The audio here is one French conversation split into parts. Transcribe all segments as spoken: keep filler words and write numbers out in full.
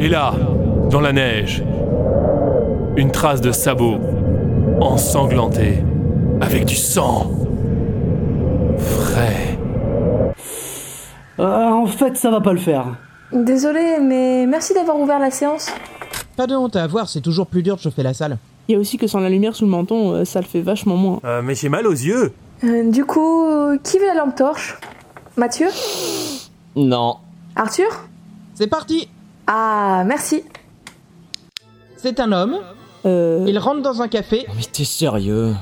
là, dans la neige, une trace de sabot ensanglanté avec du sang frais. Euh, en fait, ça va pas le faire. Désolé, mais merci d'avoir ouvert la séance. Pas de honte à avoir, c'est toujours plus dur de chauffer la salle. Il y a aussi que sans la lumière sous le menton, euh, ça le fait vachement moins. Euh, mais j'ai mal aux yeux. Euh, du coup, euh, qui veut la lampe torche? Mathieu? Non. Arthur? C'est parti. Ah, merci. C'est un homme, Euh... il rentre dans un café, Mais t'es sérieux?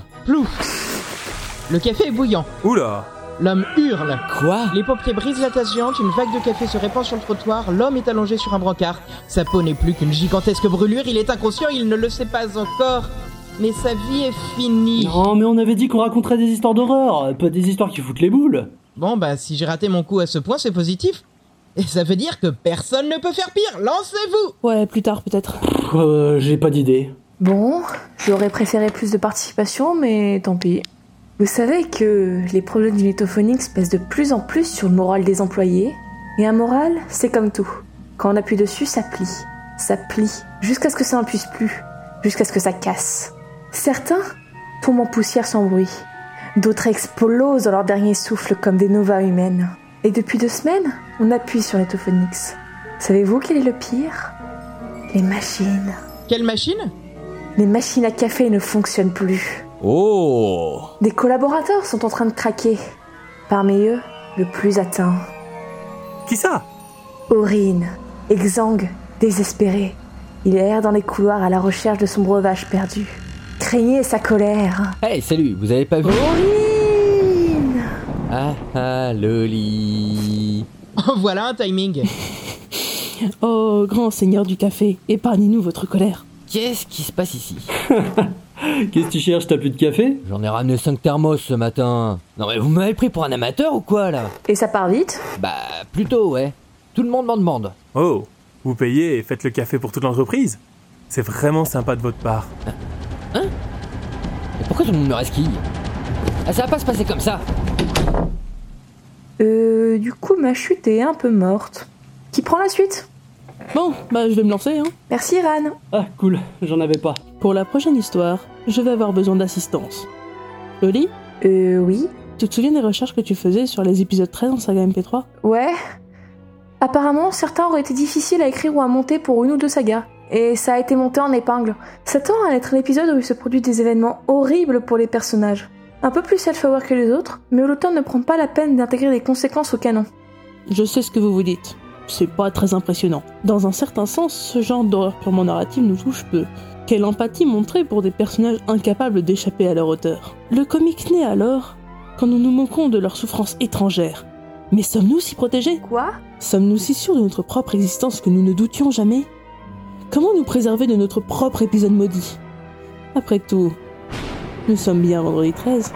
plouf. Le café est bouillant, Oula. l'homme hurle. Quoi? Les pompiers brisent la tasse géante, une vague de café se répand sur le trottoir, l'homme est allongé sur un brancard. Sa peau n'est plus qu'une gigantesque brûlure, il est inconscient, il ne le sait pas encore. Mais sa vie est finie. Non, mais on avait dit qu'on raconterait des histoires d'horreur, pas des histoires qui foutent les boules. Bon bah si j'ai raté mon coup à ce point, c'est positif. Et ça veut dire que personne ne peut faire pire, lancez-vous. Ouais, plus tard peut-être. Pff, euh, j'ai pas d'idée. Bon, j'aurais préféré plus de participation, mais tant pis. Vous savez que les problèmes du Netophonix pèsent de plus en plus sur le moral des employés. Et un moral, c'est comme tout. Quand on appuie dessus, ça plie. Ça plie, jusqu'à ce que ça n'en puisse plus. Jusqu'à ce que ça casse. Certains tombent en poussière sans bruit. D'autres explosent dans leur dernier souffle comme des novas humaines. Et depuis deux semaines, on appuie sur Netophonix. Savez-vous quel est le pire? Les machines. Quelle machine? Les machines à café ne fonctionnent plus. Oh! Des collaborateurs sont en train de craquer. Parmi eux, le plus atteint. Qui ça? Aurine, exsangue, désespéré. Il erre dans les couloirs à la recherche de son breuvage perdu. Craignez sa colère. Hey, salut, vous avez pas vu? Aurine! Ah ah, Loli. Oh, voilà un timing. Oh, grand seigneur du café, épargnez-nous votre colère. Qu'est-ce qui se passe ici? Qu'est-ce que tu cherches, t'as plus de café? J'en ai ramené cinq thermos ce matin. Non mais vous m'avez pris pour un amateur ou quoi là? Et ça part vite? Bah plutôt ouais. Tout le monde m'en demande. Oh, vous payez et faites le café pour toute l'entreprise? C'est vraiment sympa de votre part. Mais pourquoi tout le monde me resquille? Ah ça va pas se passer comme ça. Euh, du coup, ma chute est un peu morte. Qui prend la suite? Bon, bah je vais me lancer, hein. Merci, Iran. Ah, cool, j'en avais pas. Pour la prochaine histoire, je vais avoir besoin d'assistance. Loli, Euh, oui. tu te souviens des recherches que tu faisais sur les épisodes treize en saga M P trois? Ouais. Apparemment, certains auraient été difficiles à écrire ou à monter pour une ou deux sagas. Et ça a été monté en épingle. Ça tend à être un épisode où il se produit des événements horribles pour les personnages. Un peu plus self-aware que les autres, mais où l'auteur ne prend pas la peine d'intégrer des conséquences au canon. Je sais ce que vous vous dites. C'est pas très impressionnant. Dans un certain sens, ce genre d'horreur purement narrative nous touche peu. Quelle empathie montrer pour des personnages incapables d'échapper à leur auteur. Le comique naît alors quand nous nous moquons de leur souffrance étrangère. Mais sommes-nous si protégés? Quoi? Sommes-nous si sûrs de notre propre existence que nous ne doutions jamais? Comment nous préserver de notre propre épisode maudit? Après tout, nous sommes bien vendredi treize.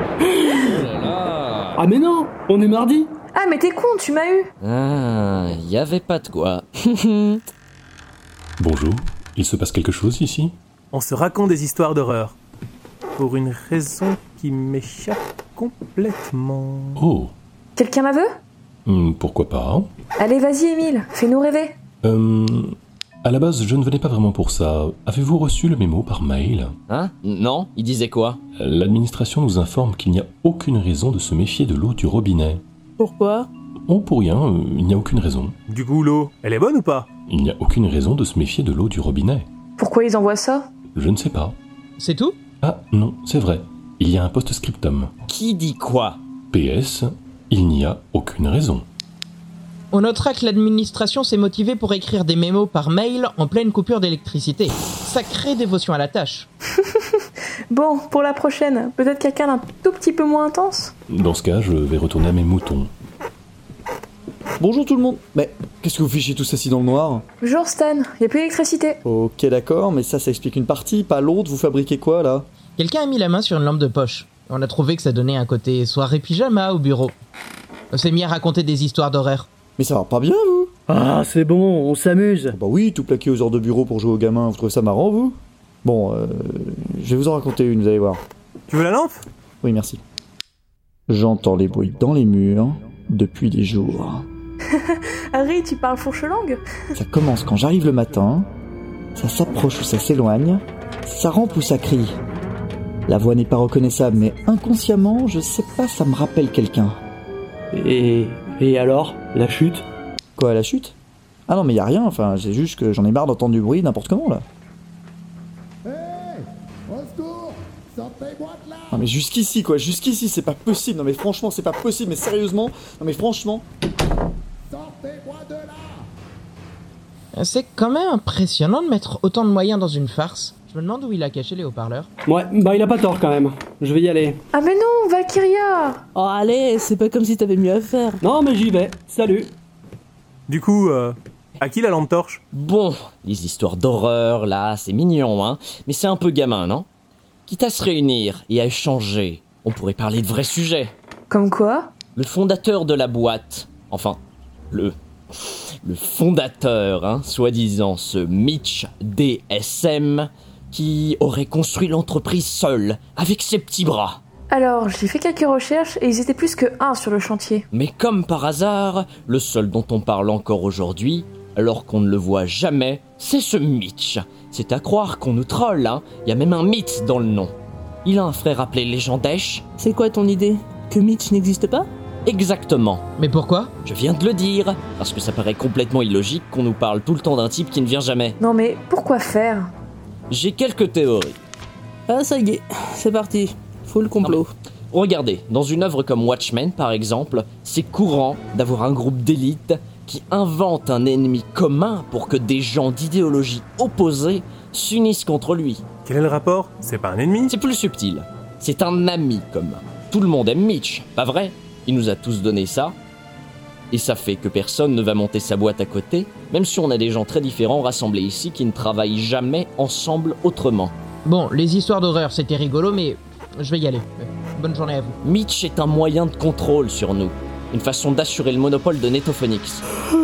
Ah mais non, on est mardi. Ah, mais t'es con, tu m'as eu. Ah, y avait pas de quoi. Bonjour, il se passe quelque chose ici? On se raconte des histoires d'horreur. Pour une raison qui m'échappe complètement. Oh, Quelqu'un la veut? hmm, pourquoi pas? Allez, vas-y, Émile, fais-nous rêver. Euh... À la base, je ne venais pas vraiment pour ça. Avez-vous reçu le mémo par mail? Hein? Non? Il disait quoi? L'administration nous informe qu'il n'y a aucune raison de se méfier de l'eau du robinet. Pourquoi? Oh, pour rien, euh, il n'y a aucune raison. Du coup, l'eau, elle est bonne ou pas? Il n'y a aucune raison de se méfier de l'eau du robinet. Pourquoi ils envoient ça? Je ne sais pas. C'est tout? Ah, non, c'est vrai. Il y a un post-scriptum. Qui dit quoi? P S, il n'y a aucune raison. On notera que l'administration s'est motivée pour écrire des mémos par mail en pleine coupure d'électricité. Sacrée dévotion à la tâche. Bon, pour la prochaine, peut-être quelqu'un d'un tout petit peu moins intense? Dans ce cas, je vais retourner à mes moutons. Bonjour tout le monde. Mais qu'est-ce que vous fichez tous assis dans le noir? Bonjour Stan, y a plus d'électricité. Ok d'accord, mais ça ça explique une partie, pas l'autre. Vous fabriquez quoi là? Quelqu'un a mis la main sur une lampe de poche. On a trouvé que ça donnait un côté soirée pyjama au bureau. On s'est mis à raconter des histoires d'horreur. Mais ça va pas bien vous? Ah, c'est bon, on s'amuse. Bah oui, tout plaqué aux heures de bureau pour jouer aux gamins, vous trouvez ça marrant vous? Bon, euh, je vais vous en raconter une, vous allez voir. Tu veux la lampe? Oui merci. J'entends les bruits dans les murs depuis des jours. Harry, tu parles fourche-langue? Ça commence quand j'arrive le matin, ça s'approche ou ça s'éloigne, ça rampe ou ça crie. La voix n'est pas reconnaissable, mais inconsciemment, je sais pas, ça me rappelle quelqu'un. Et... et alors? La chute? Quoi, la chute? Ah non, mais y a rien, enfin, c'est juste que j'en ai marre d'entendre du bruit n'importe comment, là. Non mais jusqu'ici quoi, jusqu'ici c'est pas possible, non mais franchement c'est pas possible, mais sérieusement, non mais franchement... C'est quand même impressionnant de mettre autant de moyens dans une farce. Je me demande où il a caché les haut-parleurs. Ouais, bah il a pas tort quand même. Je vais y aller. Ah mais non, Valkyria! Oh allez, c'est pas comme si t'avais mieux à faire. Non mais j'y vais, salut. Du coup, euh, à qui la lampe torche? Bon, les histoires d'horreur, là, c'est mignon, hein, mais c'est un peu gamin, non? Quitte à se réunir et à échanger, on pourrait parler de vrais sujets. Comme quoi? Le fondateur de la boîte, enfin, le... le fondateur, hein, soi-disant, ce Mitch D S M, qui aurait construit l'entreprise seul, avec ses petits bras. Alors, j'ai fait quelques recherches et ils étaient plus que un sur le chantier. Mais comme par hasard, le seul dont on parle encore aujourd'hui, alors qu'on ne le voit jamais, c'est ce Mitch. C'est à croire qu'on nous troll, hein. Y a même un mythe dans le nom. Il a un frère appelé Légendèche. C'est quoi ton idée? Que Mitch n'existe pas? Exactement. Mais pourquoi? Je viens de le dire, parce que ça paraît complètement illogique qu'on nous parle tout le temps d'un type qui ne vient jamais. Non mais pourquoi faire? J'ai quelques théories. Ah ça y est, c'est parti. Full complot. Regardez, dans une œuvre comme Watchmen par exemple, c'est courant d'avoir un groupe d'élite qui invente un ennemi commun pour que des gens d'idéologie opposée s'unissent contre lui. Quel est le rapport? C'est pas un ennemi? C'est plus subtil. C'est un ami commun. Tout le monde aime Mitch, pas vrai? Il nous a tous donné ça. Et ça fait que personne ne va monter sa boîte à côté, même si on a des gens très différents rassemblés ici qui ne travaillent jamais ensemble autrement. Bon, les histoires d'horreur c'était rigolo, mais je vais y aller. Bonne journée à vous. Mitch est un moyen de contrôle sur nous. Une façon d'assurer le monopole de Netophonix.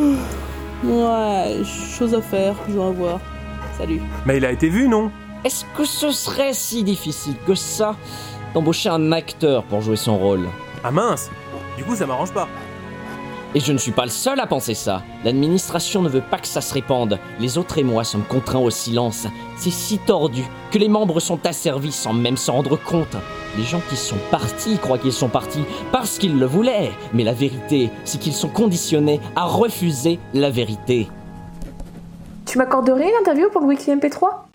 Ouais, chose à faire, je vais voir. Salut. Mais il a été vu, non? Est-ce que ce serait si difficile que ça d'embaucher un acteur pour jouer son rôle? Ah mince! Du coup, ça m'arrange pas. Et je ne suis pas le seul à penser ça. L'administration ne veut pas que ça se répande. Les autres et moi sommes contraints au silence. C'est si tordu que les membres sont asservis sans même s'en rendre compte. Les gens qui sont partis croient qu'ils sont partis parce qu'ils le voulaient. Mais la vérité, c'est qu'ils sont conditionnés à refuser la vérité. Tu m'accorderais une interview pour le Weekly M P trois?